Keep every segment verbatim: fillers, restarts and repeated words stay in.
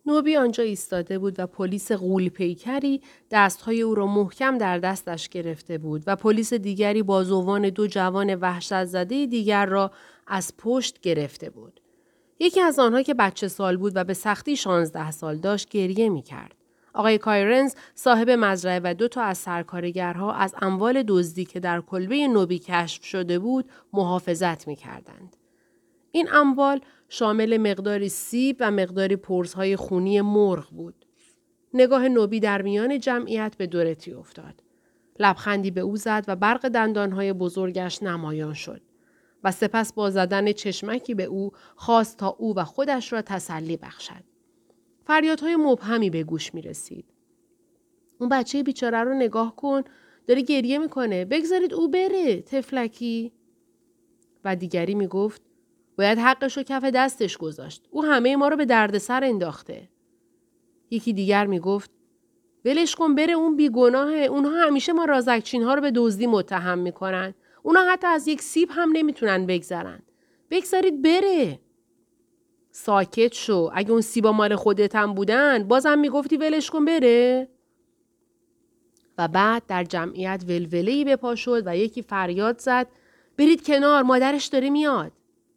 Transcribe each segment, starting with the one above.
نوبی آنجا ایستاده بود و پلیس غول پیکری دستهای او را محکم در دستش گرفته بود و پلیس دیگری بازوان دو جوان وحشت زده دیگر را از پشت گرفته بود. یکی از آنها که بچه سال بود و به سختی شانزده سال داشت گریه می کرد. آقای کایرنز صاحب مزرعه و دو تا از سرکارگرها از اموال دزدی که در کلبه نوبی کشف شده بود محافظت می کردند. این اموال شامل مقداری سیب و مقداری پرزهای خونی مرغ بود. نگاه نوبی در میان جمعیت به دورتی افتاد. لبخندی به او زد و برق دندانهای بزرگش نمایان شد. و سپس با زدن چشمکی به او خواست تا او و خودش را تسلی بخشد. فریادهای مبهمی به گوش می رسید. اون بچه بیچاره رو نگاه کن، داره گریه میکنه، بگذارید او بره، تفلکی. و دیگری می گفت باید حقش رو کف دستش گذاشت. او همه ما رو به دردسر انداخته. یکی دیگر می گفت ولش کن بره، اون بیگناهه. اونها همیشه ما رازکچین ها رو به دزدی متهم میکنن. اونا حتی از یک سیب هم نمیتونن بگذرن. بگذارید بره. ساکت شو. اگه اون سیبا مال خودت هم بودن بازم میگفتی ولش کن بره. و بعد در جمعیت ولوله‌ای به پا شد و یکی فریاد زد برید کنار، مادرش داره میاد.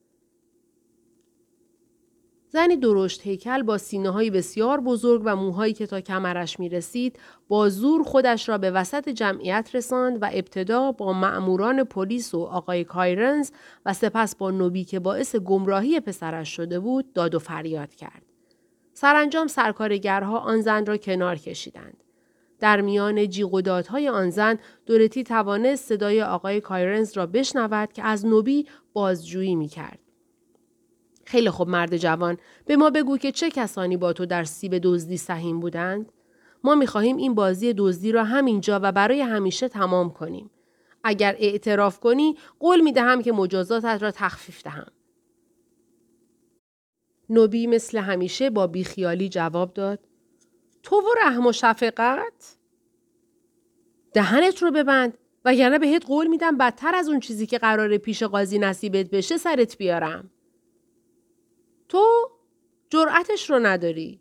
زنی درشت هیکل با سینه‌های بسیار بزرگ و موهایی که تا کمرش می‌رسید با زور خودش را به وسط جمعیت رساند و ابتدا با مأموران پلیس و آقای کایرنز و سپس با نوبی که باعث گمراهی پسرش شده بود داد و فریاد کرد. سرانجام سرکارگرها آن زن را کنار کشیدند. در میان جیغ و دادهای آن زن دورتی توانست صدای آقای کایرنز را بشنود که از نوبی بازجویی می‌کرد. خیلی خوب مرد جوان، به ما بگو که چه کسانی با تو در سیب دزدی سهیم بودند؟ ما می‌خواهیم این بازی دزدی را همینجا و برای همیشه تمام کنیم. اگر اعتراف کنی، قول می‌دهم که مجازاتت را تخفیف دهم. نوبی مثل همیشه با بیخیالی جواب داد: تو و رحم و شفقت؟ دهنت رو ببند وگرنه بهت قول میدم بدتر از اون چیزی که قراره پیش قاضی نصیبت بشه سرت بیارم. تو جرأتش رو نداری.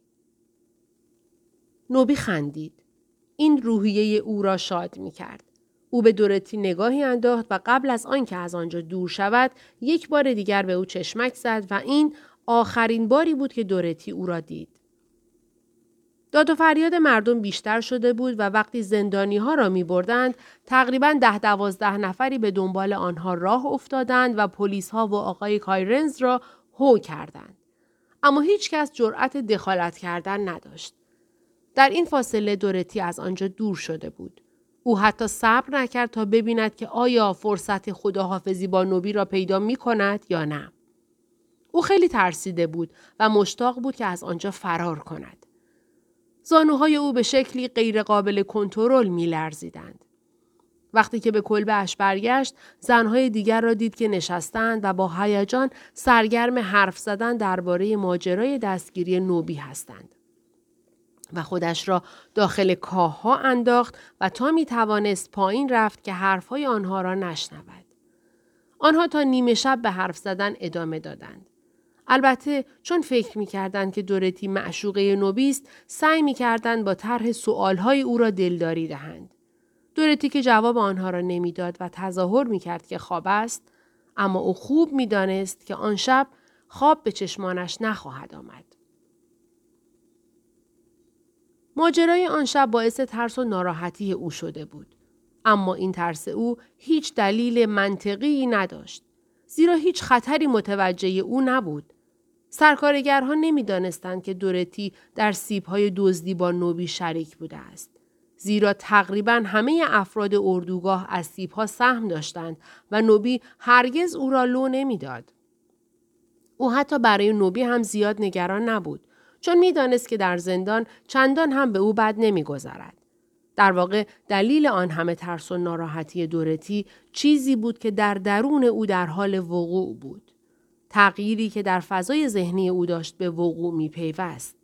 نوبی خندید. این روحیه او را شاد می کرد. او به دورتی نگاهی انداخت و قبل از آن که از آنجا دور شود یک بار دیگر به او چشمک زد و این آخرین باری بود که دورتی او را دید. داد و فریاد مردم بیشتر شده بود و وقتی زندانی ها را می بردند تقریباً ده دوازده نفری به دنبال آنها راه افتادند و پلیس ها و آقای کایرنز را هو کردند. اما هیچ کس جرأت دخالت کردن نداشت. در این فاصله دورتی از آنجا دور شده بود. او حتی صبر نکرد تا ببیند که آیا فرصت خداحافظی با نوبی را پیدا می کند یا نه. او خیلی ترسیده بود و مشتاق بود که از آنجا فرار کند. زانوهای او به شکلی غیر قابل کنترل می لرزیدند. وقتی که به کلبه اش برگشت، زنهای دیگر را دید که نشستند و با هیجان سرگرم حرف زدن درباره ماجرای دستگیری نوبی هستند. و خودش را داخل کاهها انداخت و تا می توانست پایین رفت که حرفهای آنها را نشنود. آنها تا نیمه شب به حرف زدن ادامه دادند. البته چون فکر می کردند که دورتی معشوقه نوبی است، سعی می کردند با طرح سؤالهای او را دلداری دهند. دورتی که جواب آنها را نمی داد و تظاهر می کرد که خواب است، اما او خوب می دانست که آن شب خواب به چشمانش نخواهد آمد. ماجرای آن شب باعث ترس و ناراحتی او شده بود. اما این ترس او هیچ دلیل منطقی نداشت. زیرا هیچ خطری متوجه او نبود. سرکارگرها نمی دانستند که دورتی در سیب‌های دزدی با نوبی شریک بوده است. زیرا تقریباً همه افراد اردوگاه از سیب‌ها سهم داشتند و نوبی هرگز او را لو نمی‌داد. او حتی برای نوبی هم زیاد نگران نبود. چون می دانست که در زندان چندان هم به او بد نمی گذرد. در واقع دلیل آن همه ترس و ناراحتی دورتی چیزی بود که در درون او در حال وقوع بود. تغییری که در فضای ذهنی او داشت به وقوع می پیوست.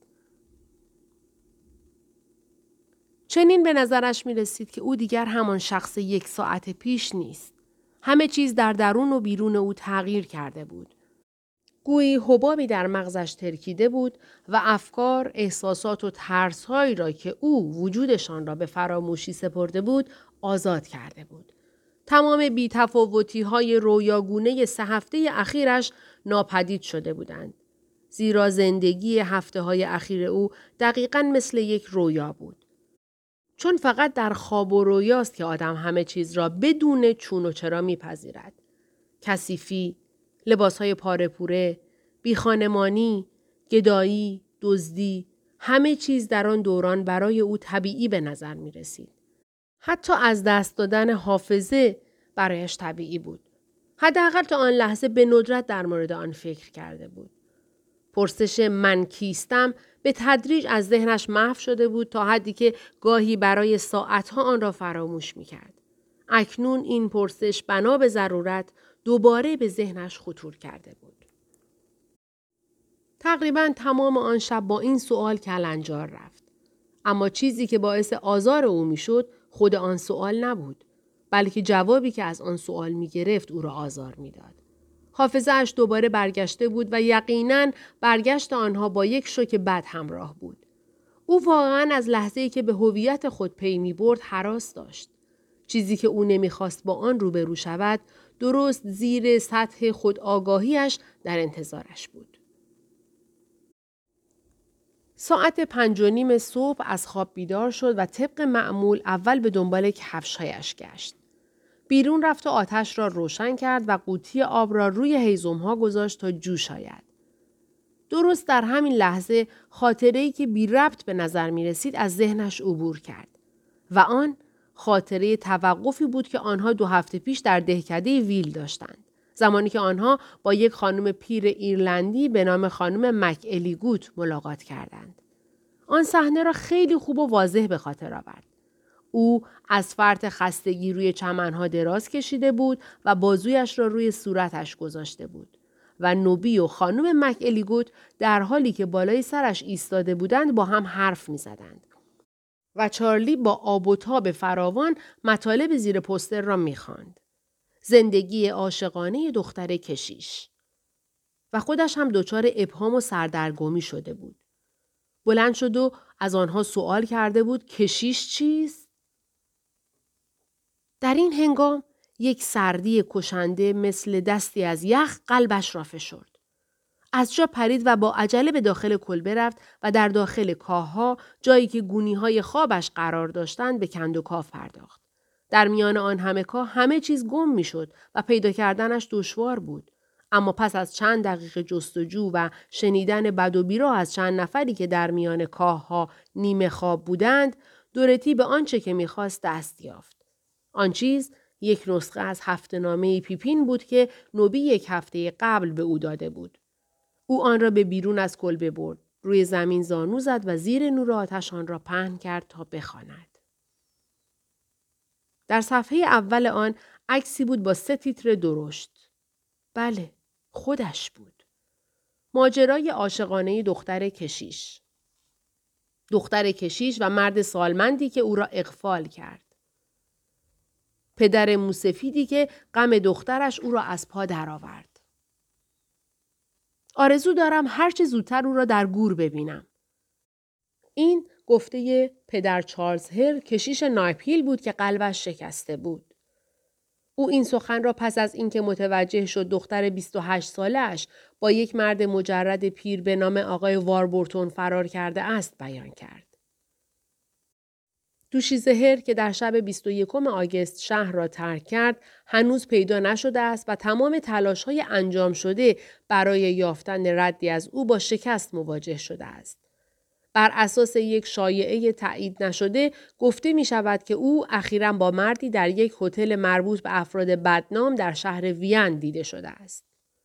چنین به نظرش می رسید که او دیگر همان شخص یک ساعت پیش نیست. همه چیز در درون و بیرون او تغییر کرده بود. گویی حبابی در مغزش ترکیده بود و افکار، احساسات و ترسهایی را که او وجودشان را به فراموشی سپرده بود آزاد کرده بود. تمام بی‌تفاوتی‌های رویاگونه سه هفته اخیرش ناپدید شده بودند. زیرا زندگی هفته‌های اخیر او دقیقاً مثل یک رویا بود. چون فقط در خواب و رویاست که آدم همه چیز را بدون چون و چرا میپذیرد. کثیفی، لباسهای پاره پوره، بیخانمانی، گدایی، دزدی، همه چیز در آن دوران برای او طبیعی به نظر می رسید. حتی از دست دادن حافظه برایش طبیعی بود. حداقل تا آن لحظه به ندرت در مورد آن فکر کرده بود. پرسش من کیستم به تدریج از ذهنش محو شده بود تا حدی که گاهی برای ساعتها آن را فراموش می کرد. اکنون این پرسش بنا به ضرورت دوباره به ذهنش خطور کرده بود. تقریباً تمام آن شب با این سوال کلنجار رفت. اما چیزی که باعث آزار او می شد خود آن سوال نبود، بلکه جوابی که از آن سوال می گرفت او را آزار می داد. حافظه‌اش دوباره برگشته بود و یقیناً برگشت آنها با یک شوک بد همراه بود. او واقعاً از لحظه‌ای که به هویت خود پی می برد هراس داشت. چیزی که او نمیخواست با آن روبرو شود درست زیر سطح خودآگاهیش در انتظارش بود. ساعت پنج و نیم صبح از خواب بیدار شد و طبق معمول اول به دنبال کفش‌هایش گشت. بیرون رفت و آتش را روشن کرد و قوطی آب را روی هیزم‌ها گذاشت تا جوش آید. درست در همین لحظه خاطره‌ای که بی ربط به نظر می رسید از ذهنش عبور کرد و آن خاطره توقفی بود که آنها دو هفته پیش در دهکده ویل داشتند. زمانی که آنها با یک خانم پیر ایرلندی به نام خانم مک الیگوت ملاقات کردند. آن صحنه را خیلی خوب و واضح به خاطر آورد. او از فرط خستگی روی چمنها دراز کشیده بود و بازویش را روی صورتش گذاشته بود و نوبی و خانم مک الیگوت در حالی که بالای سرش ایستاده بودند با هم حرف می زدند. و چارلی با آب و تاب فراوان مطالب زیر پوستر را می خواند. زندگی عاشقانه دختر کشیش. و خودش هم دچار ابهام و سردرگمی شده بود. بلند شد و از آنها سوال کرده بود کشیش چیست؟ در این هنگام یک سردی کشنده مثل دستی از یخ قلبش را فشرد. از جا پرید و با عجله به داخل کلبه رفت و در داخل کاهها جایی که گونی‌های خوابش قرار داشتند به کند و کاو پرداخت. در میان آن همه کاه همه چیز گم می‌شد و پیدا کردنش دشوار بود. اما پس از چند دقیقه جستجو و شنیدن بد و بیرا از چند نفری که در میان کاهها نیمه خواب بودند، دورتی به آنچه که می‌خواست دست یافت. آن چیز یک نسخه از هفته‌نامه پیپین بود که نوبی یک هفته قبل به او داده بود. او آن را به بیرون از کلبه برد. روی زمین زانو زد و زیر نور آتش آن را پهن کرد تا بخواند. در صفحه اول آن عکسی بود با سه تیتر درشت. بله، خودش بود. ماجرای عاشقانه دختر کشیش. دختر کشیش و مرد سالمندی که او را اغفال کرد. پدر موسفیدی که غم دخترش او را از پا درآورد. آرزو دارم هرچه زودتر او را در گور ببینم. این گفته پدر چارلز هیل کشیش نایپهیل بود که قلبش شکسته بود. او این سخن را پس از اینکه متوجه شد دختر بیست و هشت سالش با یک مرد مجرد پیر به نام آقای واربورتون فرار کرده است بیان کرد. دوشیزه هر که در شب بیست و یکم آگوست شهر را ترک کرد هنوز پیدا نشده است و تمام تلاش‌های انجام شده برای یافتن ردی از او با شکست مواجه شده است. بر اساس یک شایعه تایید نشده گفته می شود که او اخیراً با مردی در یک هتل مربوط به افراد بدنام در شهر وین دیده شده است.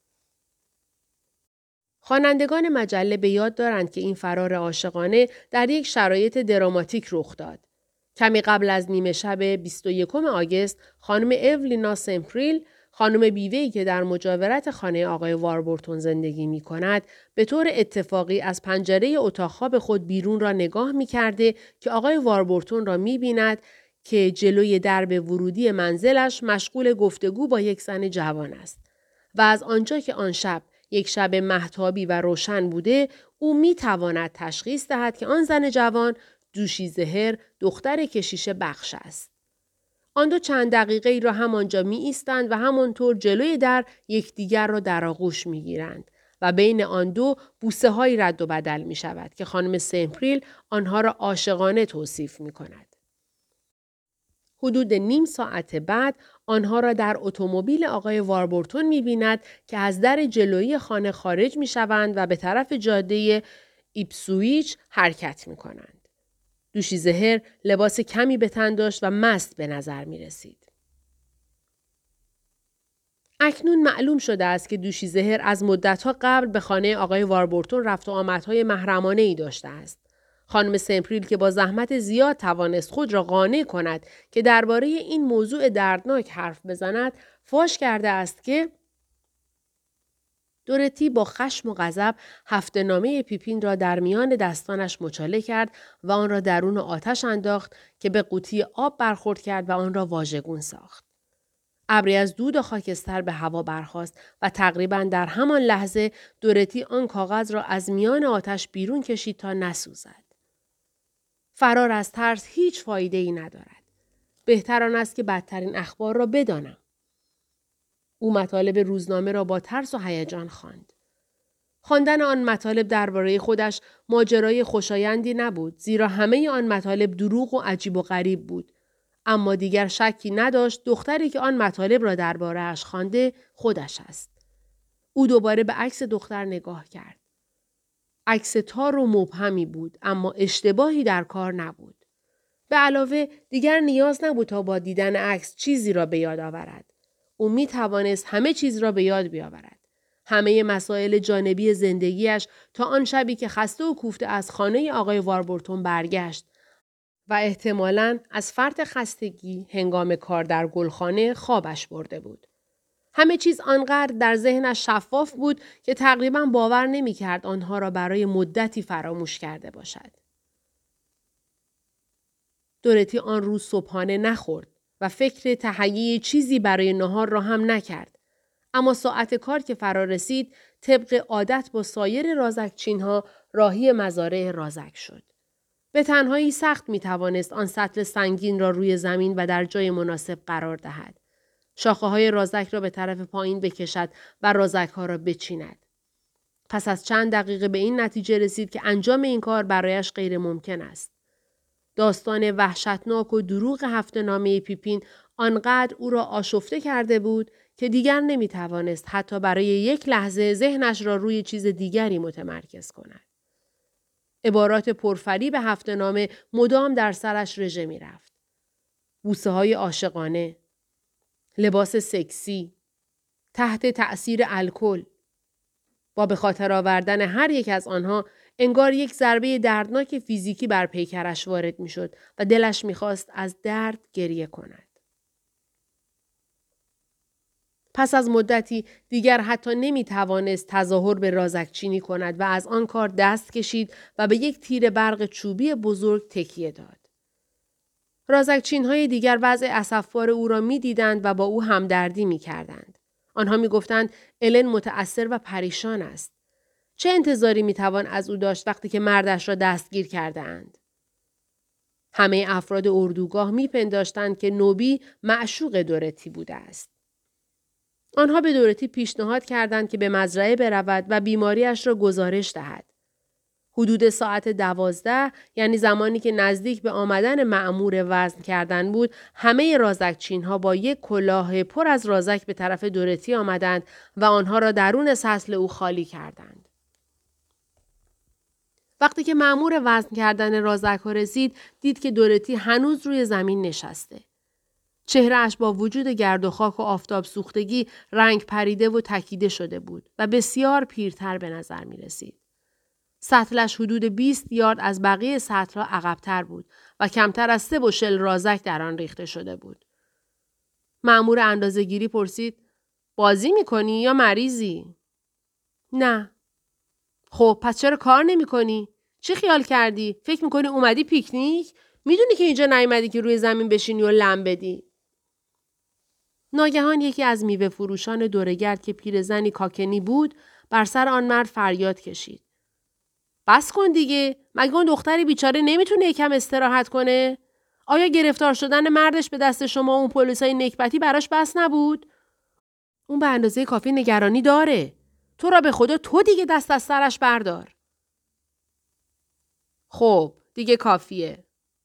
خوانندگان مجله به یاد دارند که این فرار عاشقانه در یک شرایط دراماتیک رخ داد. کمی قبل از نیمه شب بیست و یکم آگوست خانم اولینا سمپریل، خانم بیوه‌ای که در مجاورت خانه آقای واربورتون زندگی می کند، به طور اتفاقی از پنجره اتاق خواب خود بیرون را نگاه می کرده که آقای واربورتون را می بیند که جلوی درب ورودی منزلش مشغول گفتگو با یک زن جوان است. و از آنجا که آن شب یک شب مهتابی و روشن بوده، او می تواند تشخیص دهد که آن زن جوان دوشیزهر دختر کشیش بخش است. آن دو چند دقیقه ای را همانجا می ایستند و همانطور جلوی در یکدیگر را در آغوش می گیرند و بین آن دو بوسه های رد و بدل می شود که خانم سمپریل آنها را عاشقانه توصیف می کند. حدود نیم ساعت بعد آنها را در اتومبیل آقای واربورتون می بیند که از در جلویی خانه خارج می شوند و به طرف جاده ایپسویچ حرکت می کنند. دوشیزهر لباس کمی به تن داشت و مست به نظر می رسید. اکنون معلوم شده است که دوشیزهر از مدتها قبل به خانه آقای واربورتون رفت و آمدهای محرمانه ای داشته است. خانم سمپریل که با زحمت زیاد توانست خود را قانع کند که درباره این موضوع دردناک حرف بزند، فاش کرده است که دورتی با خشم و غضب هفته‌نامه پیپین را در میان دستانش مچاله کرد و آن را درون آتش انداخت که به قوطی آب برخورد کرد و آن را واژگون ساخت. ابری از دود و خاکستر به هوا برخاست و تقریباً در همان لحظه دورتی آن کاغذ را از میان آتش بیرون کشید تا نسوزد. فرار از ترس هیچ فایده ای ندارد. بهتر آن است که بدترین اخبار را بدانم. او مطالب روزنامه را با ترس و هیجان خواند. خواندن آن مطالب درباره خودش ماجرای خوشایندی نبود، زیرا همه آن مطالب دروغ و عجیب و غریب بود. اما دیگر شکی نداشت دختری که آن مطالب را درباره اش خوانده خودش است. او دوباره به عکس دختر نگاه کرد. عکس تار و مبهمی بود، اما اشتباهی در کار نبود. به علاوه دیگر نیاز نبود تا با دیدن عکس چیزی را به یاد آورد. او می توانست همه چیز را به یاد بیاورد. همه مسائل جانبی زندگیش تا آن شبی که خسته و کوفته از خانه آقای واربورتون برگشت و احتمالاً از فرط خستگی هنگام کار در گلخانه خوابش برده بود. همه چیز آنقدر در ذهنش شفاف بود که تقریباً باور نمی کرد آنها را برای مدتی فراموش کرده باشد. دورتی آن روز صبحانه نخورد و فکر تهیه چیزی برای نهار را هم نکرد. اما ساعت کار که فرا رسید، طبق عادت با سایر رازکچین‌ها راهی مزارع رازک شد. به تنهایی سخت می توانست آن سطل سنگین را روی زمین و در جای مناسب قرار دهد. شاخه های رازک را به طرف پایین بکشد و رازک ها را بچیند. پس از چند دقیقه به این نتیجه رسید که انجام این کار برایش غیر ممکن است. داستان وحشتناک و دروغ هفته‌نامه پیپین آنقدر او را آشفته کرده بود که دیگر نمی توانست حتی برای یک لحظه ذهنش را روی چیز دیگری متمرکز کند. عبارات پرفریب هفته‌نامه مدام در سرش رژه می رفت. بوسه های عاشقانه، لباس سکسی، تحت تأثیر الکل. با به خاطر آوردن هر یک از آنها انگار یک ضربه دردناک فیزیکی بر پیکرش وارد می شد و دلش می خواست از درد گریه کند. پس از مدتی دیگر حتی نمی توانست تظاهر به رازکچینی کند و از آن کار دست کشید و به یک تیر برق چوبی بزرگ تکیه داد. رازکچین‌های دیگر وضع اسفبار او را می دیدند و با او همدردی می کردند. آنها می گفتند الن متأثر و پریشان است. چه انتظاری می توان از او داشت وقتی که مردش را دستگیر کرده اند؟ همه افراد اردوگاه می پنداشتند که نوبی معشوق دورتی بوده است. آنها به دورتی پیشنهاد کردند که به مزرعه برود و بیماریش را گزارش دهد. حدود ساعت دوازده، یعنی زمانی که نزدیک به آمدن مأمور وزن کردن بود، همه رازکچین‌ها با یک کلاه پر از رازک به طرف دورتی آمدند و آنها را درون سطل او خالی کردند. وقتی که مأمور وزن کردن رازک ها رسید، دید که دورتی هنوز روی زمین نشسته. چهرهش با وجود گرد و خاک و آفتاب سوختگی رنگ پریده و تکیده شده بود و بسیار پیرتر به نظر می رسید. سطلش حدود بیست یارد از بقیه سطل‌ها عقب‌تر بود و کمتر از سه بشل رازک در آن ریخته شده بود. مأمور اندازه‌گیری پرسید: بازی می‌کنی یا مریضی؟ نه. خب پس چرا کار نمی‌کنی؟ چی خیال کردی؟ فکر می‌کنی اومدی پیکنیک؟ می‌دونی که اینجا نیومدی که روی زمین بشینی و لم بدی؟ ناگهان یکی از میوه فروشان دورگرد که پیرزنی کاکنی بود، بر سر آن مرد فریاد کشید. بس کن دیگه، مگه اون دختر بیچاره نمیتونه یکم استراحت کنه؟ آیا گرفتار شدن مردش به دست شما اون پلیسای نکبتی براش بس نبود؟ اون به اندازه کافی نگرانی داره. تو را به خدا تو دیگه دست از سرش بردار. خب، دیگه کافیه.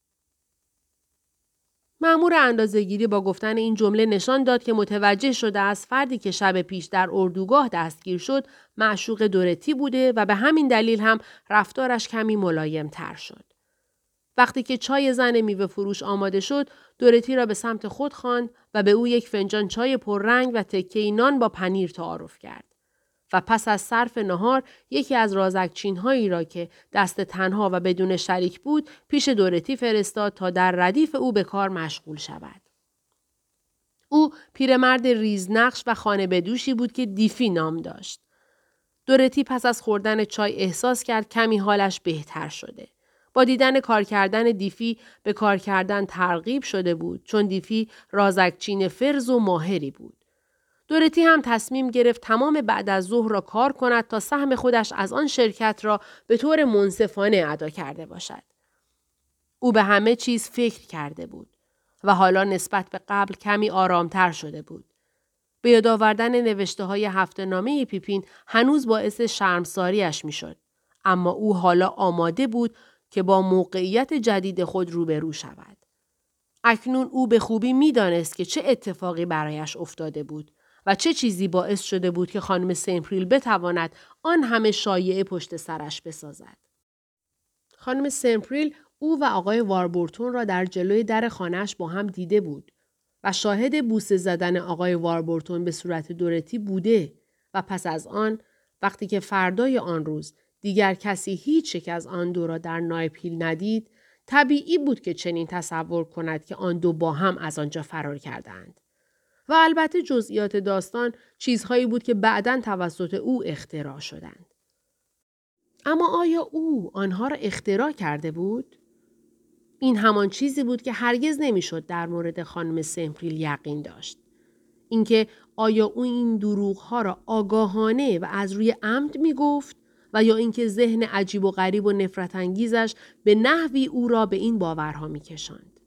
مأمور اندازه‌گیری با گفتن این جمله نشان داد که متوجه شده است فردی که شب پیش در اردوگاه دستگیر شد معشوق دورتی بوده و به همین دلیل هم رفتارش کمی ملایم تر شد. وقتی که چای زن میوه فروش آماده شد، دورتی را به سمت خود خواند و به او یک فنجان چای پررنگ و تکه‌ای نان با پنیر تعارف کرد. و پس از صرف نهار یکی از رازکچین‌هایی را که دست تنها و بدون شریک بود پیش دورتی فرستاد تا در ردیف او به کار مشغول شود. او پیرمرد ریزنقش و خانه بدوشی بود که دیفی نام داشت. دورتی پس از خوردن چای احساس کرد کمی حالش بهتر شده. با دیدن کار کردن دیفی به کار کردن ترغیب شده بود چون دیفی رازکچین فرز و ماهری بود. دورتی هم تصمیم گرفت تمام بعد از ظهر را کار کند تا سهم خودش از آن شرکت را به طور منصفانه ادا کرده باشد. او به همه چیز فکر کرده بود و حالا نسبت به قبل کمی آرامتر شده بود. به یاد آوردن نوشته های هفته نامه پیپین هنوز باعث شرمساریش می شد. اما او حالا آماده بود که با موقعیت جدید خود روبرو شود. اکنون او به خوبی می دانست که چه اتفاقی برایش افتاده بود و چه چیزی باعث شده بود که خانم سمپریل بتواند آن همه شایعه پشت سرش بسازد. خانم سمپریل او و آقای واربورتون را در جلوی در خانه‌اش با هم دیده بود و شاهد بوسه زدن آقای واربورتون به صورت دورتی بوده و پس از آن وقتی که فردای آن روز دیگر کسی هیچ یک از آن دو را در نایپیل ندید، طبیعی بود که چنین تصور کند که آن دو با هم از آنجا فرار کردند. و البته جزئیات داستان چیزهایی بود که بعداً توسط او اختراع شدند. اما آیا او آنها را اختراع کرده بود؟ این همان چیزی بود که هرگز نمیشد در مورد خانم سمپریل یقین داشت. اینکه آیا او این دروغ‌ها را آگاهانه و از روی عمد می گفت و یا اینکه ذهن عجیب و غریب و نفرت انگیزش به نحوی او را به این باورها می کشاند.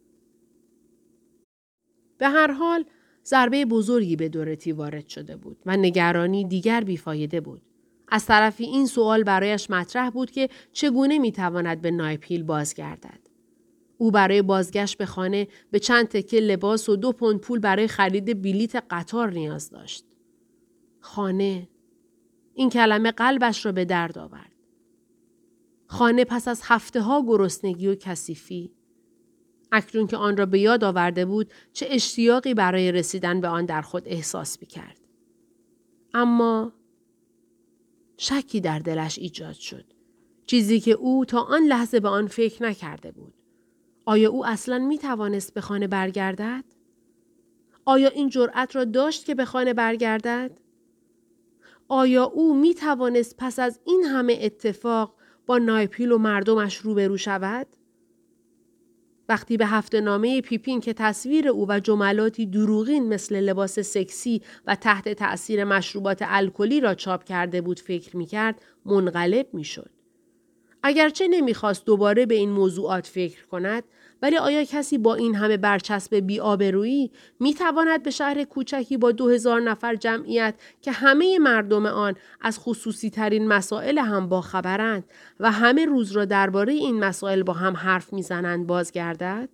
به هر حال ضربه بزرگی به دورتی وارد شده بود و نگرانی دیگر بیفایده بود. از طرفی این سوال برایش مطرح بود که چگونه می تواند به نایپیل بازگردد. او برای بازگشت به خانه به چند تکه لباس و دو پوند پول برای خرید بلیت قطار نیاز داشت. خانه. این کلمه قلبش را به درد آورد. خانه پس از هفته ها گرسنگی و کثیفی. اکنون که آن را به یاد آورده بود چه اشتیاقی برای رسیدن به آن در خود احساس می‌کرد. اما شکی در دلش ایجاد شد. چیزی که او تا آن لحظه به آن فکر نکرده بود. آیا او اصلاً می توانست به خانه برگردد؟ آیا این جرأت را داشت که به خانه برگردد؟ آیا او می توانست پس از این همه اتفاق با نایپیل و مردمش روبرو شود؟ وقتی به هفته نامه پیپین که تصویر او و جملاتی دروغین مثل لباس سکسی و تحت تأثیر مشروبات الکلی را چاپ کرده بود فکر می کرد، منقلب می شد. اگرچه نمیخواست دوباره به این موضوعات فکر کند، ولی آیا کسی با این همه برچسب بی‌آبرویی میتواند به شهر کوچکی با دو هزار نفر جمعیت که همه مردم آن از خصوصی ترین مسائل هم باخبرند و همه روز را درباره این مسائل با هم حرف میزنند بازگردد؟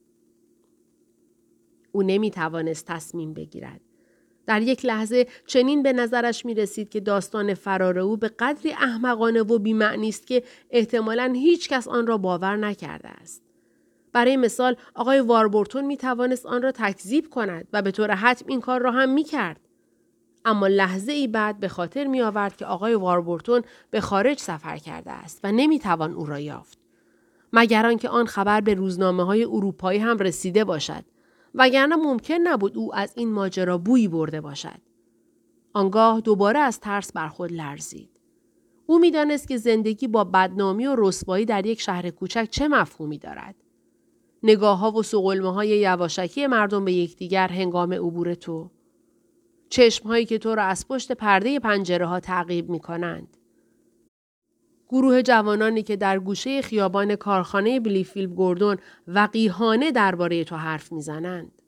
او نمیتوانست تصمیم بگیرد. در یک لحظه چنین به نظرش می رسید که داستان فرار او به قدری احمقانه و بی‌معنی است که احتمالاً هیچ کس آن را باور نکرده است. برای مثال آقای واربورتون می توانست آن را تکذیب کند و به طور حتم این کار را هم می کرد. اما لحظه ای بعد به خاطر می آورد که آقای واربورتون به خارج سفر کرده است و نمی توان او را یافت. مگر آنکه آن خبر به روزنامه‌های اروپایی هم رسیده باشد. وگرنه ممکن نبود او از این ماجرا بویی برده باشد. آنگاه دوباره از ترس بر خود لرزید. او می‌دانست که زندگی با بدنامی و رسوایی در یک شهر کوچک چه مفهومی دارد. نگاه‌ها و سغلمه‌های یواشکی مردم به یکدیگر هنگام عبور تو. چشمهایی که تو را از پشت پرده پنجره ها تعقیب می کنند. گروه جوانانی که در گوشه خیابان کارخانه بلیفیلد گوردون وقیحانه درباره تو حرف می زنند.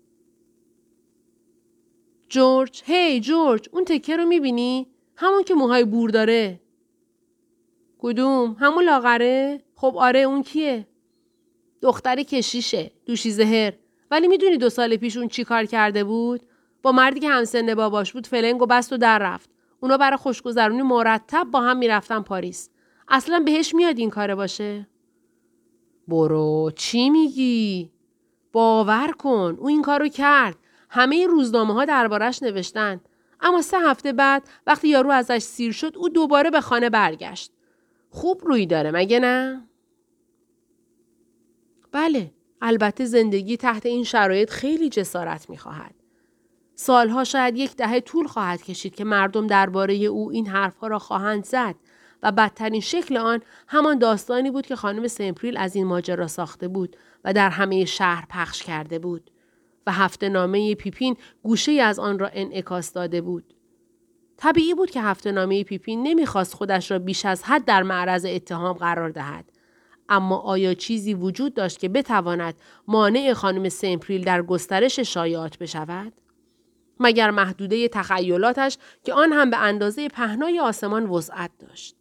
جورج، هی جورج، اون تکه رو می بینی؟ همون که موهای بور داره. کدوم؟ همون لاغره؟ خب آره، اون کیه؟ دختری کشیشه، دوشیزه هر. ولی میدونی دو سال پیش اون چی کار کرده بود؟ با مردی که همسن باباش بود فلنگ و بست و در رفت. اونا برای خوشگذرونی مرتب با هم میرفتن پاریس. اصلا بهش میاد این کاره باشه؟ برو، چی میگی؟ باور کن، او این کارو کرد. همه روزنامه ها دربارش نوشتن. اما سه هفته بعد وقتی یارو ازش سیر شد، او دوباره به خانه برگشت. خوب روی داره مگه نه؟ بله، البته زندگی تحت این شرایط خیلی جسارت می‌خواهد. سالها شاید یک دهه طول خواهد کشید که مردم درباره او این حرفها را خواهند زد و بدترین شکل آن همان داستانی بود که خانم سمپریل از این ماجرا ساخته بود و در همه شهر پخش کرده بود و هفته نامه پیپین گوشه از آن را انعکاس داده بود. طبیعی بود که هفته نامه پیپین نمی‌خواست خودش را بیش از حد در معرض اتهام قرار دهد. اما آیا چیزی وجود داشت که بتواند مانع خانم سمپریل در گسترش شایعات بشود؟ مگر محدوده تخیلاتش که آن هم به اندازه پهنای آسمان وسعت داشت.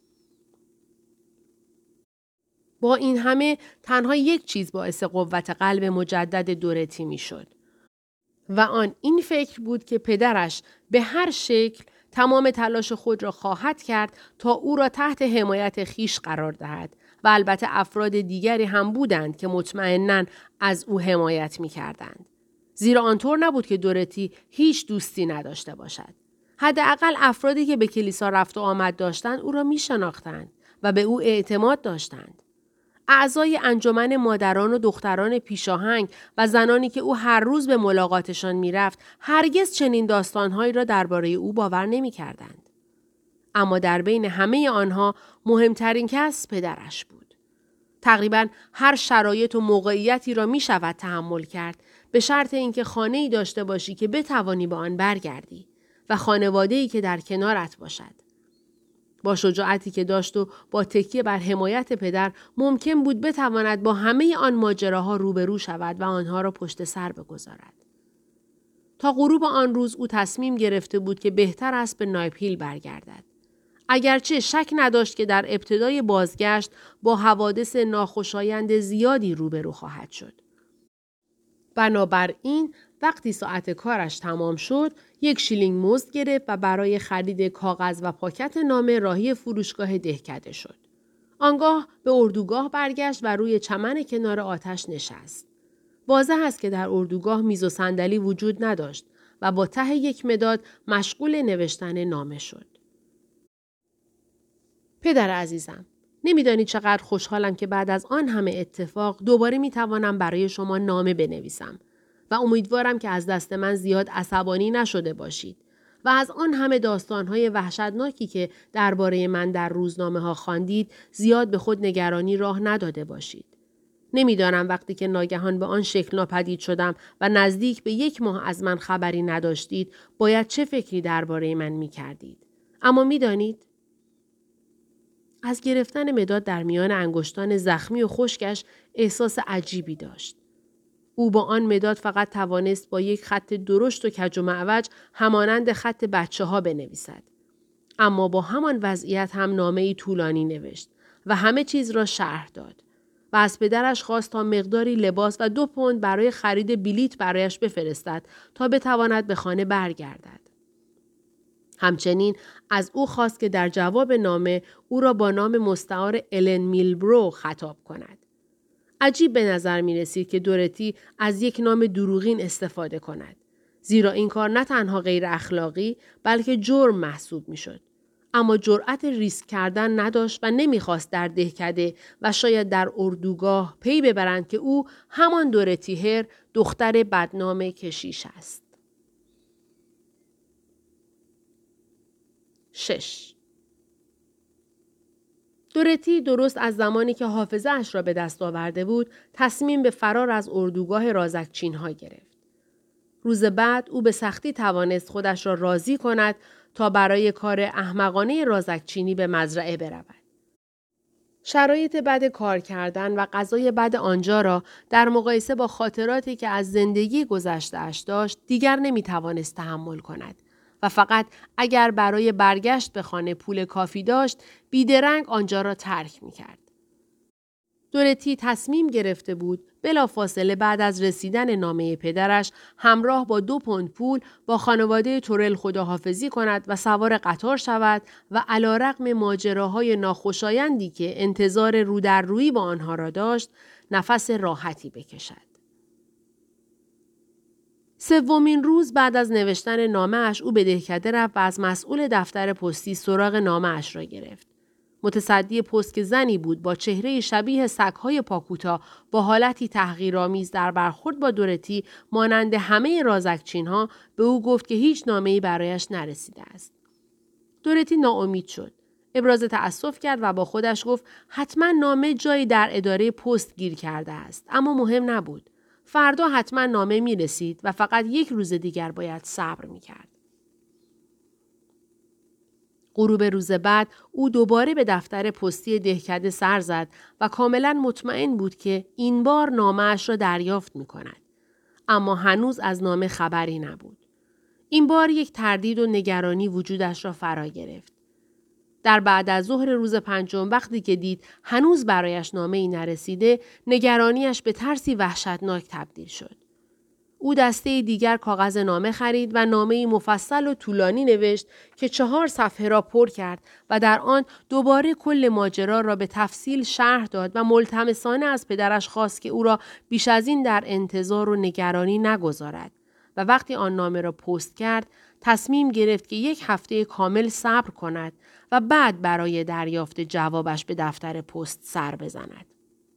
با این همه تنها یک چیز باعث قوت قلب مجدد دورتی می شد. و آن این فکر بود که پدرش به هر شکل تمام تلاش خود را خواهد کرد تا او را تحت حمایت خیش قرار دهد و البته افراد دیگری هم بودند که مطمئناً از او حمایت می کردند. زیرا آنطور نبود که دورتی هیچ دوستی نداشته باشد. حداقل افرادی که به کلیسا رفت و آمد داشتند او را می شناختند و به او اعتماد داشتند. اعضای انجمن مادران و دختران پیشاهنگ و زنانی که او هر روز به ملاقاتشان می رفت هرگز چنین داستانهایی را درباره او باور نمی کردند. اما در بین همه آنها مهمترین کس پدرش بود. تقریباً هر شرایط و موقعیتی را می شود تحمل کرد به شرط اینکه خانه‌ای داشته باشی که بتوانی به آن برگردی و خانواده‌ای که در کنارت باشد. با شجاعتی که داشت و با تکیه بر حمایت پدر ممکن بود بتواند با همه آن ماجراها روبرو شود و آنها را پشت سر بگذارد. تا غروب آن روز او تصمیم گرفته بود که بهتر است به نایپ هیل برگردد. اگرچه شک نداشت که در ابتدای بازگشت با حوادث ناخوشایند زیادی روبرو خواهد شد. بنابراین وقتی ساعت کارش تمام شد، یک شیلینگ مزد گرفت و برای خرید کاغذ و پاکت نامه راهی فروشگاه دهکده شد. آنگاه به اردوگاه برگشت و روی چمن کنار آتش نشست. واضح است که در اردوگاه میز و صندلی وجود نداشت و با ته یک مداد مشغول نوشتن نامه شد. پدر عزیزم، نمیدانی چقدر خوشحالم که بعد از آن همه اتفاق دوباره میتوانم برای شما نامه بنویسم و امیدوارم که از دست من زیاد عصبانی نشده باشید و از آن همه داستانهای وحشتناکی که درباره من در روزنامه ها خواندید زیاد به خود نگرانی راه نداده باشید. نمیدانم وقتی که ناگهان به آن شکل ناپدید شدم و نزدیک به یک ماه از من خبری نداشتید باید چه فکری درباره من میکردید. اما میدانید از گرفتن مداد در میان انگشتان زخمی و خشکش احساس عجیبی داشت. او با آن مداد فقط توانست با یک خط درشت و کج و معوج همانند خط بچه ها بنویسد. اما با همان وضعیت هم نامه‌ای طولانی نوشت و همه چیز را شرح داد و از پدرش خواست تا مقداری لباس و دو پوند برای خرید بلیط برایش بفرستد تا بتواند به خانه برگردد. همچنین از او خواست که در جواب نامه او را با نام مستعار الن میلبرو خطاب کند. عجیب به نظر می رسید که دورتی از یک نام دروغین استفاده کند. زیرا این کار نه تنها غیر اخلاقی بلکه جرم محسوب می شد. اما جرأت ریسک کردن نداشت و نمی خواست در دهکده و شاید در اردوگاه پی ببرند که او همان دورتی هر دختر بدنام کشیش است. شش. دورتی درست از زمانی که حافظه اش را به دست آورده بود تصمیم به فرار از اردوگاه رازکچین ها گرفت. روز بعد او به سختی توانست خودش را راضی کند تا برای کار احمقانه رازکچینی به مزرعه برود. شرایط بد کار کردن و غذای بد آنجا را در مقایسه با خاطراتی که از زندگی گذشته‌اش داشت دیگر نمی‌توانست تحمل کند و فقط اگر برای برگشت به خانه پول کافی داشت بیدرنگ آنجا را ترک می‌کرد. دورتی تصمیم گرفته بود بلافاصله بعد از رسیدن نامه پدرش همراه با دو پوند پول با خانواده تورل خداحافظی کند و سوار قطار شود و علیرغم ماجراهای ناخوشایندی که انتظار رو در رویی با آنها را داشت نفس راحتی بکشد. سومین روز بعد از نوشتن نامه اش او به دهکده رفت و از مسئول دفتر پستی سراغ نامه اش را گرفت. متصدی پست که زنی بود با چهره شبیه سگ‌های پاکوتا با حالتی تحقیرآمیز در برخورد با دورتی مانند همه رازکچین‌ها به او گفت که هیچ نامه‌ای برایش نرسیده است. دورتی ناامید شد. ابراز تأسف کرد و با خودش گفت حتما نامه جایی در اداره پست گیر کرده است، اما مهم نبود. فردا حتما نامه می رسید و فقط یک روز دیگر باید صبر می کرد. غروب روز بعد او دوباره به دفتر پستی دهکده سر زد و کاملا مطمئن بود که این بار نامه اش را دریافت می کند. اما هنوز از نامه خبری نبود. این بار یک تردید و نگرانی وجودش را فرا گرفت. در بعد از ظهر روز پنجم وقتی که دید هنوز برایش نامه ای نرسیده، نگرانیش به ترسی وحشتناک تبدیل شد. او دسته دیگر کاغذ نامه خرید و نامه‌ای مفصل و طولانی نوشت که چهار صفحه را پر کرد و در آن دوباره کل ماجرا را به تفصیل شرح داد و ملتمسانه از پدرش خواست که او را بیش از این در انتظار و نگرانی نگذارد و وقتی آن نامه را پست کرد تصمیم گرفت که یک هفته کامل صبر کند و بعد برای دریافت جوابش به دفتر پست سر بزند.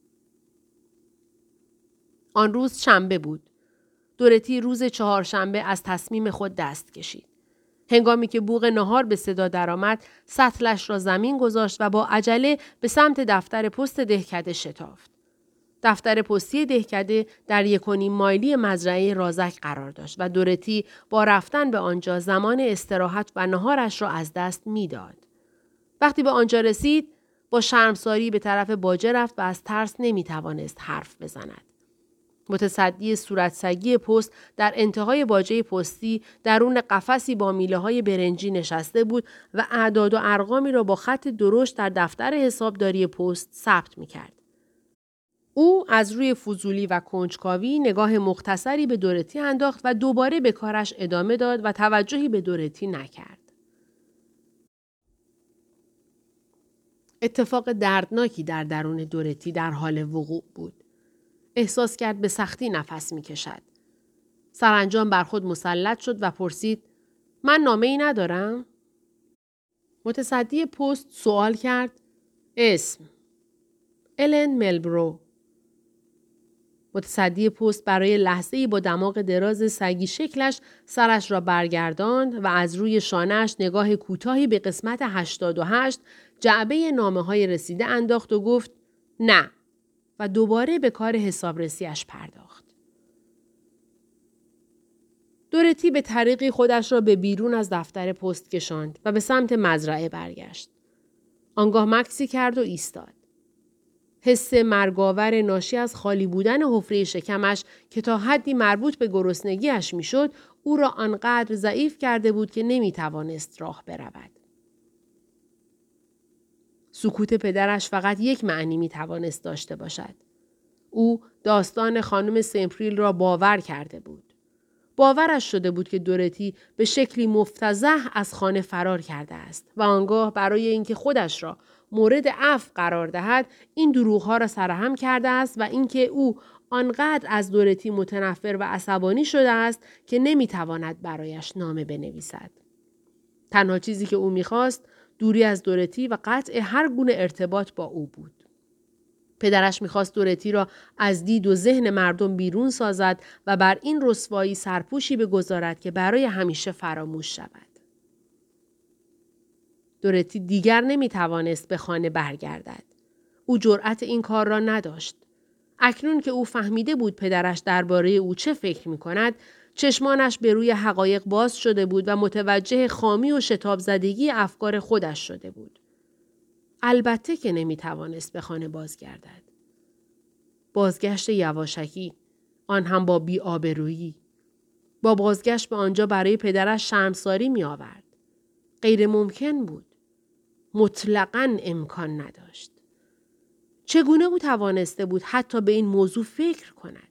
آن روز شنبه بود. دورتی روز چهارشنبه از تصمیم خود دست کشید. هنگامی که بوق نهار به صدا درآمد، سطلش را زمین گذاشت و با عجله به سمت دفتر پست دهکده شتافت. دفتر پستی دهکده در یک و نیم مایلی مزرعه رازک قرار داشت و دورتی با رفتن به آنجا زمان استراحت و نهارش را از دست میداد. وقتی به آنجا رسید، با شرمساری به طرف باجه رفت و از ترس نمیتوانست حرف بزند. متصدی صورت سگی پست در انتهای باجه پستی درون قفسی با میله های برنجی نشسته بود و اعداد و ارقامی را با خط درشت در دفتر حسابداری پست ثبت می‌کرد. او از روی فضولی و کنجکاوی نگاه مختصری به دورتی انداخت و دوباره به کارش ادامه داد و توجهی به دورتی نکرد. اتفاق دردناکی در درون دورتی در حال وقوع بود. احساس کرد به سختی نفس می کشد. سرانجام بر خود مسلط شد و پرسید من نامه ای ندارم؟ متصدی پست سوال کرد اسم الن ملبرو. متصدی پست برای لحظه‌ای با دماغ دراز سگی شکلش سرش را برگرداند و از روی شانه‌اش نگاه کوتاهی به قسمت هشتاد و هشت جعبه نامه‌های رسیده انداخت و گفت نه و دوباره به کار حسابرسیش پرداخت. دورتی به طریقی خودش را به بیرون از دفتر پست کشاند و به سمت مزرعه برگشت. آنگاه مکسی کرد و ایستاد. حس مرگاور ناشی از خالی بودن حفره شکمش که تا حدی مربوط به گرسنگیش میشد، او را آنقدر ضعیف کرده بود که نمیتوانست راه برود. سکوت پدرش فقط یک معنی میتوانست داشته باشد. او داستان خانم سمپریل را باور کرده بود. باورش شده بود که دورتی به شکلی مفتضح از خانه فرار کرده است و آنگاه برای اینکه خودش را مورد عفو قرار دهد این دروغ‌ها را سرهم کرده است و اینکه او آنقدر از دورتی متنفر و عصبانی شده است که نمیتواند برایش نامه بنویسد. تنها چیزی که او میخواست دوری از دورتی و قطع هر گونه ارتباط با او بود. پدرش میخواست دورتی را از دید و ذهن مردم بیرون سازد و بر این رسوایی سرپوشی بگذارد که برای همیشه فراموش شود. دورتی دیگر نمیتوانست به خانه برگردد. او جرأت این کار را نداشت. اکنون که او فهمیده بود پدرش درباره او چه فکر میکند، چشمانش به روی حقایق باز شده بود و متوجه خامی و شتاب زدگی افکار خودش شده بود. البته که نمی توانست به خانه بازگردد. بازگشت یواشکی، آن هم با بی‌آبرویی. با بازگشت به آنجا برای پدرش شرمساری می آورد. غیر ممکن بود. مطلقاً امکان نداشت. چگونه او توانسته بود حتی به این موضوع فکر کند؟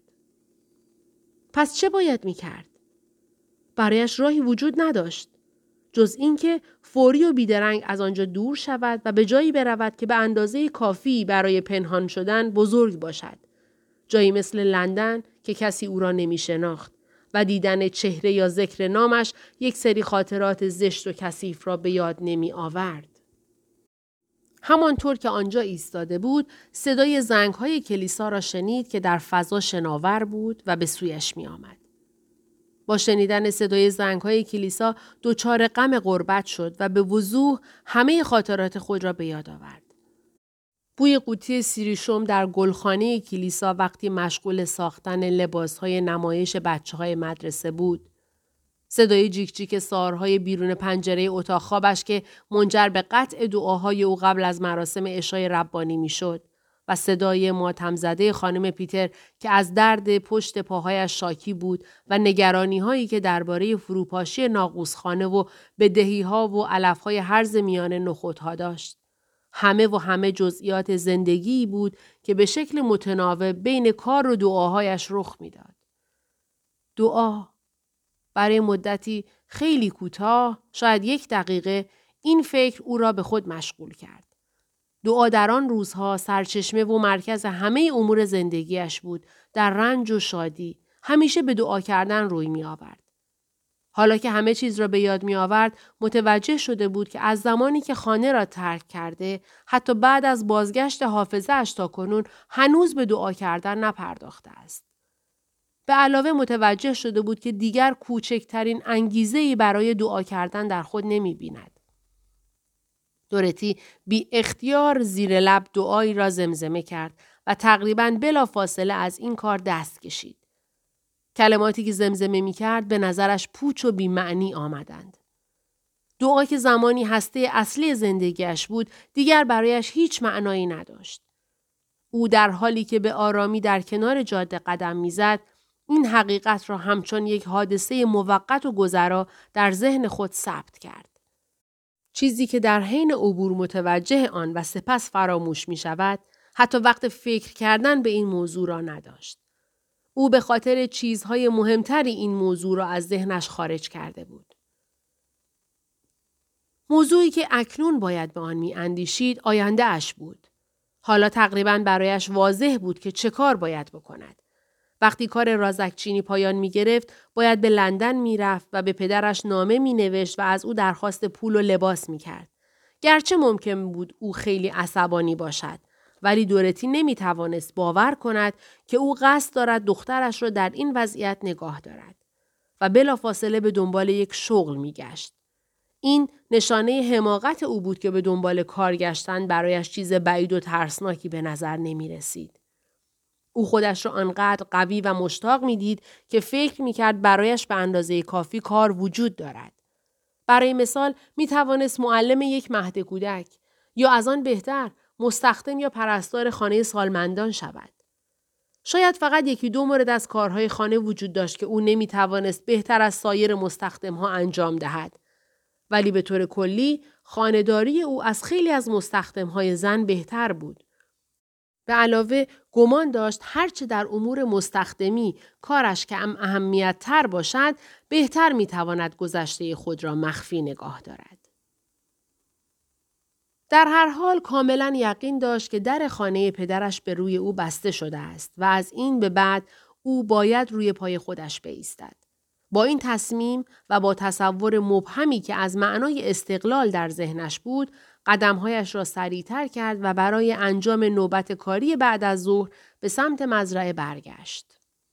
پس چه باید می کرد؟ برایش راهی وجود نداشت. جز اینکه فوری و بیدرنگ از آنجا دور شود و به جایی برود که به اندازه کافی برای پنهان شدن بزرگ باشد. جایی مثل لندن که کسی او را نمی شناخت و دیدن چهره یا ذکر نامش یک سری خاطرات زشت و کثیف را به یاد نمی آورد. همانطور که آنجا ایستاده بود، صدای زنگ‌های کلیسا را شنید که در فضا شناور بود و به سویش می آمد. با شنیدن صدای زنگ‌های کلیسا دچار غم غربت شد و به وضوح همه خاطرات خود را به یاد آورد. بوی قوطی سیریشم در گلخانه کلیسا وقتی مشغول ساختن لباس‌های نمایش بچه‌های مدرسه بود. صدای جیک جیک سارهای بیرون پنجره اتاق خوابش که منجر به قطع دعاهای او قبل از مراسم عشای ربانی میشد و صدای ماتم زده خانم پیتر که از درد پشت پاهایش شاکی بود و نگرانی هایی که درباره فروپاشی ناقوسخانه و بدهی ها و علفهای هرز میان نخودها داشت. همه و همه جزئیات زندگی بود که به شکل متناوب بین کار و دعاهایش رخ میداد. دعا برای مدتی خیلی کوتاه، شاید یک دقیقه، این فکر او را به خود مشغول کرد. دعا در آن روزها سرچشمه و مرکز همه امور زندگیش بود، در رنج و شادی، همیشه به دعا کردن روی می آورد. حالا که همه چیز را به یاد می آورد، متوجه شده بود که از زمانی که خانه را ترک کرده، حتی بعد از بازگشت حافظه اش تا کنون، هنوز به دعا کردن نپرداخته است. به علاوه متوجه شده بود که دیگر کوچکترین انگیزه‌ای برای دعا کردن در خود نمی بیند. دورتی بی اختیار زیر لب دعایی را زمزمه کرد و تقریباً بلا فاصله از این کار دست کشید. کلماتی که زمزمه می کرد به نظرش پوچ و بی معنی آمدند. دعا که زمانی هسته اصلی زندگیش بود دیگر برایش هیچ معنایی نداشت. او در حالی که به آرامی در کنار جاده قدم می زد، این حقیقت را همچون یک حادثه موقت و گذرا در ذهن خود ثبت کرد. چیزی که در حین عبور متوجه آن و سپس فراموش می شود، حتی وقت فکر کردن به این موضوع را نداشت. او به خاطر چیزهای مهمتری این موضوع را از ذهنش خارج کرده بود. موضوعی که اکنون باید به آن می اندیشید آینده اش بود. حالا تقریباً برایش واضح بود که چه کار باید بکند. وقتی کار رازکچینی پایان می گرفت، باید به لندن می رفت و به پدرش نامه می نوشت و از او درخواست پول و لباس می کرد. گرچه ممکن بود او خیلی عصبانی باشد، ولی دورتی نمی توانست باور کند که او قصد دارد دخترش را در این وضعیت نگاه دارد و بلافاصله به دنبال یک شغل می گشت. این نشانه حماقت او بود که به دنبال کار گشتن برایش چیز بعید و ترسناکی به نظر نمی رسید. او خودش را آنقدر قوی و مشتاق می دید که فکر می کرد برایش به اندازه کافی کار وجود دارد. برای مثال می توانست معلم یک مهد کودک یا از آن بهتر مستخدم یا پرستار خانه سالمندان شود. شاید فقط یکی دو مورد از کارهای خانه وجود داشت که او نمی توانست بهتر از سایر مستخدمها انجام دهد. ولی به طور کلی خانه‌داری او از خیلی از مستخدمهای زن بهتر بود. به علاوه گمان داشت هرچه در امور مستخدمی کارش که ام اهمیت تر باشد بهتر میتواند گذشته خود را مخفی نگاه دارد. در هر حال کاملا یقین داشت که در خانه پدرش به روی او بسته شده است و از این به بعد او باید روی پای خودش بایستد. با این تصمیم و با تصور مبهمی که از معنای استقلال در ذهنش بود، قدمهایش را سریعتر کرد و برای انجام نوبت کاری بعد از ظهر به سمت مزرعه برگشت.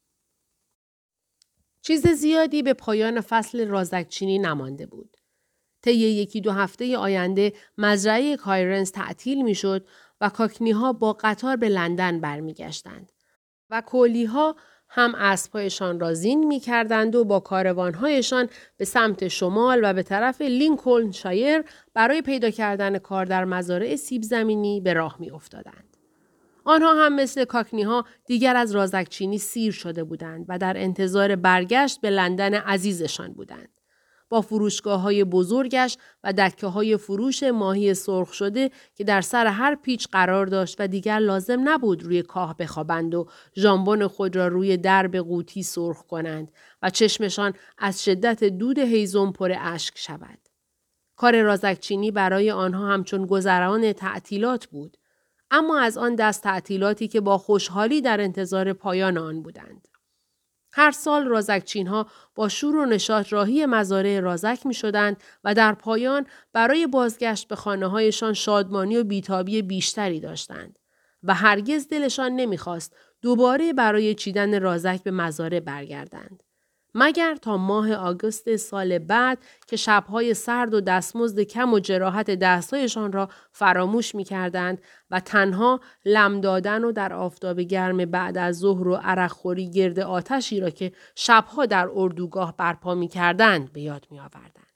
چیز زیادی به پایان فصل رازکچینی نمانده بود. طی یکی دو هفته آینده مزرعه کایرنز تعطیل میشد و کاکنی‌ها با قطار به لندن برمیگشتند و کولی‌ها هم اسب‌هایشان را زین می‌کردند و با کاروان‌هایشان به سمت شمال و به طرف لینکلن شایر برای پیدا کردن کار در مزارع سیب زمینی به راه می‌افتادند. آنها هم مثل کاکنی‌ها دیگر از رازکچینی سیر شده بودند و در انتظار برگشت به لندن عزیزشان بودند. با فروشگاه‌های بزرگش و دکه‌های فروش ماهی سرخ شده که در سر هر پیچ قرار داشت و دیگر لازم نبود روی کاه بخوابند و ژامبون خود را روی درب قوطی سرخ کنند و چشمشان از شدت دود هیزم پر اشک شود. کار رازکچینی برای آنها همچون گذران تعطیلات بود، اما از آن دست تعطیلاتی که با خوشحالی در انتظار پایان آن بودند. هر سال رازکچین‌ها با شور و نشاط راهی مزارع رازک می شدند و در پایان برای بازگشت به خانه‌هایشان شادمانی و بیتابی بیشتری داشتند و هرگز دلشان نمی‌خواست دوباره برای چیدن رازک به مزارع برگردند. مگر تا ماه آگوست سال بعد که شب‌های سرد و دستمزد کم و جراحت دست‌هایشان را فراموش می‌کردند و تنها لم دادن و در آفتاب گرم بعد از ظهر و عرق‌خوری گرد آتشی را که شب‌ها در اردوگاه برپا می‌کردند به یاد می‌آوردند.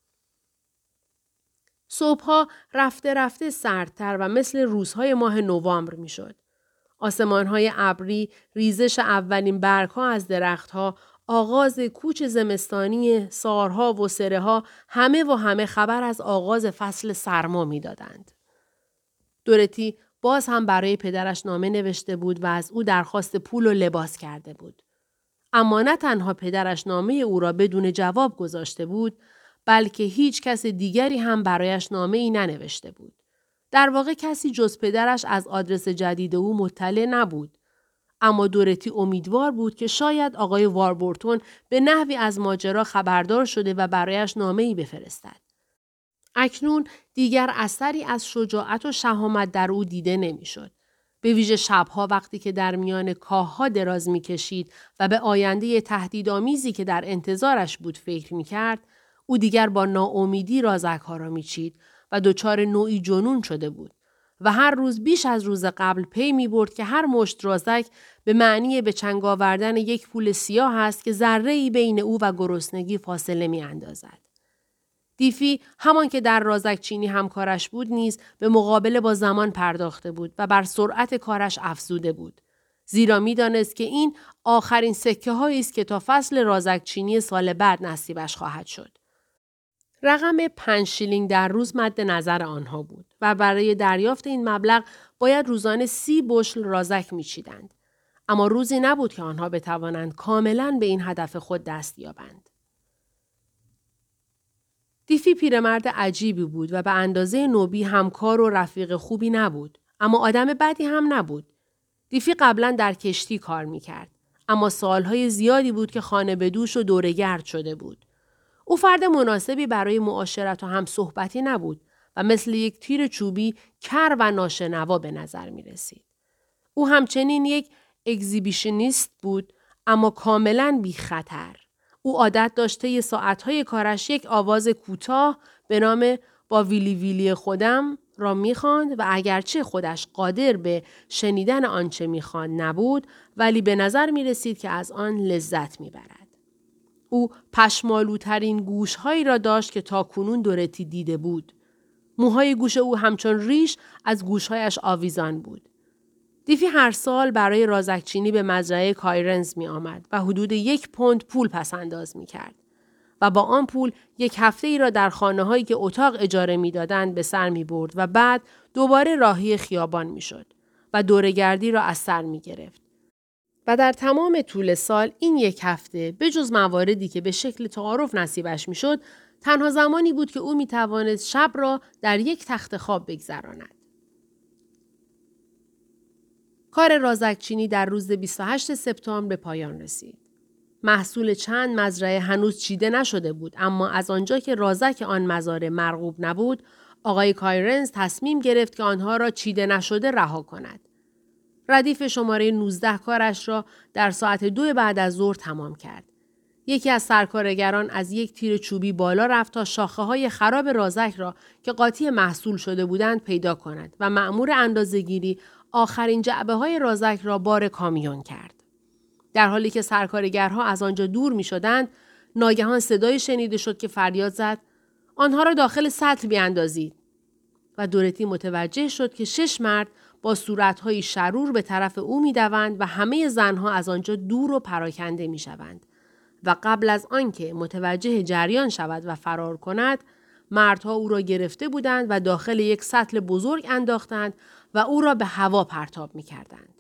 صبح‌ها رفته رفته سردتر و مثل روزهای ماه نوامبر می‌شد. آسمان‌های ابری، ریزش اولین برگ‌ها از درخت‌ها، آغاز کوچ زمستانی سارها و سره‌ها همه و همه خبر از آغاز فصل سرما می‌دادند. دورتی باز هم برای پدرش نامه نوشته بود و از او درخواست پول و لباس کرده بود. اما نه تنها پدرش نامه او را بدون جواب گذاشته بود، بلکه هیچ کس دیگری هم برایش نامه ای ننوشته بود. در واقع کسی جز پدرش از آدرس جدید او مطلع نبود. اما دورتی امیدوار بود که شاید آقای واربورتون به نحوی از ماجرا خبردار شده و برایش نامه‌ای بفرستد. اکنون دیگر اثری از شجاعت و شهامت در او دیده نمی‌شد. به ویژه شبها وقتی که در میان کاه‌ها دراز می‌کشید و به آینده تهدیدآمیزی که در انتظارش بود فکر می‌کرد، او دیگر با ناامیدی رازک‌ها را می‌چید و دچار نوعی جنون شده بود. و هر روز بیش از روز قبل پی می برد که هر مشت رازک به معنی به چنگ آوردن یک پول سیاه است که ذره‌ای بین او و گرسنگی فاصله می اندازد. دیفی همان که در رازکچینی همکارش بود نیز به مقابله با زمان پرداخته بود و بر سرعت کارش افزوده بود. زیرا می دانست که این آخرین سکه هایی است که تا فصل رازکچینی سال بعد نصیبش خواهد شد. رقم پنج شیلینگ در روز مد نظر آنها بود و برای دریافت این مبلغ باید روزانه سی بشل رازک می‌چیدند. اما روزی نبود که آنها بتوانند کاملاً به این هدف خود دست یابند. دیفی پیرمرد عجیبی بود و به اندازه نوبی همکار و رفیق خوبی نبود، اما آدم بدی هم نبود. دیفی قبلاً در کشتی کار می‌کرد، اما سالهای زیادی بود که خانه به دوش و دوره‌گرد شده بود. او فرد مناسبی برای معاشرت و هم صحبتی نبود و مثل یک تیر چوبی کر و ناشنوا به نظر می رسید. او همچنین یک اگزیبیشنیست بود اما کاملاً بی خطر. او عادت داشته ی ساعتهای کارش یک آواز کوتاه به نام با ویلی ویلی خودم را می‌خواند و اگرچه خودش قادر به شنیدن آنچه می‌خواند نبود، ولی به نظر می رسید که از آن لذت می‌برد. او پشمالوترین گوشهایی را داشت که تا کنون دورتی دیده بود. موهای گوش او همچون ریش از گوشهایش آویزان بود. دیفی هر سال برای رازکچینی به مزرعه کایرنز می آمد و حدود یک پوند پول پس انداز می کرد. و با آن پول یک هفته ای را در خانه هایی که اتاق اجاره می دادند به سر می برد و بعد دوباره راهی خیابان می شد و دوره‌گردی را از سر می گرفت. و در تمام طول سال این یک هفته به جز مواردی که به شکل تعارف نصیبش می شد، تنها زمانی بود که او می توانست شب را در یک تخت خواب بگذراند. کار رازکچینی در روز بیست و هشتم سپتامبر به پایان رسید. محصول چند مزرعه هنوز چیده نشده بود، اما از آنجا که رازک آن مزارع مرغوب نبود، آقای کایرنز تصمیم گرفت که آنها را چیده نشده رها کند. ردیف شماره نوزده کارش را در ساعت دو بعد از ظهر تمام کرد. یکی از سرکارگران از یک تیر چوبی بالا رفت تا شاخه های خراب رازک را که قاطی محصول شده بودند پیدا کند و مأمور اندازه‌گیری آخرین جعبه های رازک را بار کامیون کرد. در حالی که سرکارگرها از آنجا دور می شدند، ناگهان صدای شنیده شد که فریاد زد: آنها را داخل سطل بیاندازید. و دورتی متوجه شد که شش مرد با صورت‌های شرور به طرف او می‌دوند و همه زنها از آنجا دور و پراکنده می‌شوند. و قبل از آنکه متوجه جریان شود و فرار کند، مردها او را گرفته بودند و داخل یک سطل بزرگ انداختند و او را به هوا پرتاب می‌کردند.